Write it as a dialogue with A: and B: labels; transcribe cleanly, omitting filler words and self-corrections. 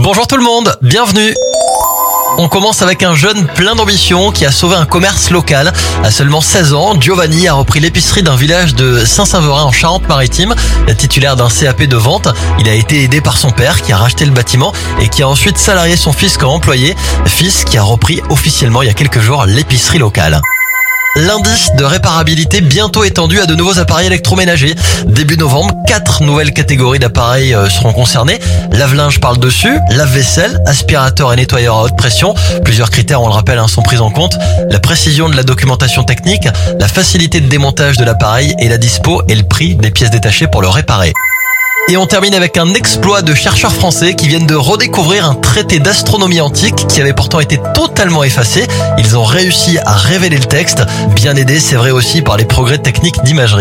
A: Bonjour tout le monde, bienvenue. On commence avec un jeune plein d'ambition qui a sauvé un commerce local. À seulement 16 ans, Giovanni a repris l'épicerie d'un village de Saint-Saverin en Charente-Maritime. Titulaire d'un CAP de vente, il a été aidé par son père qui a racheté le bâtiment et qui a ensuite salarié son fils comme employé. Fils qui a repris officiellement il y a quelques jours l'épicerie locale. L'indice de réparabilité bientôt étendu à de nouveaux appareils électroménagers. Début novembre, 4 nouvelles catégories d'appareils seront concernées. Lave-linge par le dessus, lave-vaisselle, aspirateur et nettoyeur à haute pression. Plusieurs critères, on le rappelle, sont pris en compte. La précision de la documentation technique, la facilité de démontage de l'appareil et la dispo et le prix des pièces détachées pour le réparer. Et on termine avec un exploit de chercheurs français qui viennent de redécouvrir un traité d'astronomie antique qui avait pourtant été totalement effacé. Ils ont réussi à révéler le texte, bien aidés, c'est vrai aussi, par les progrès techniques d'imagerie.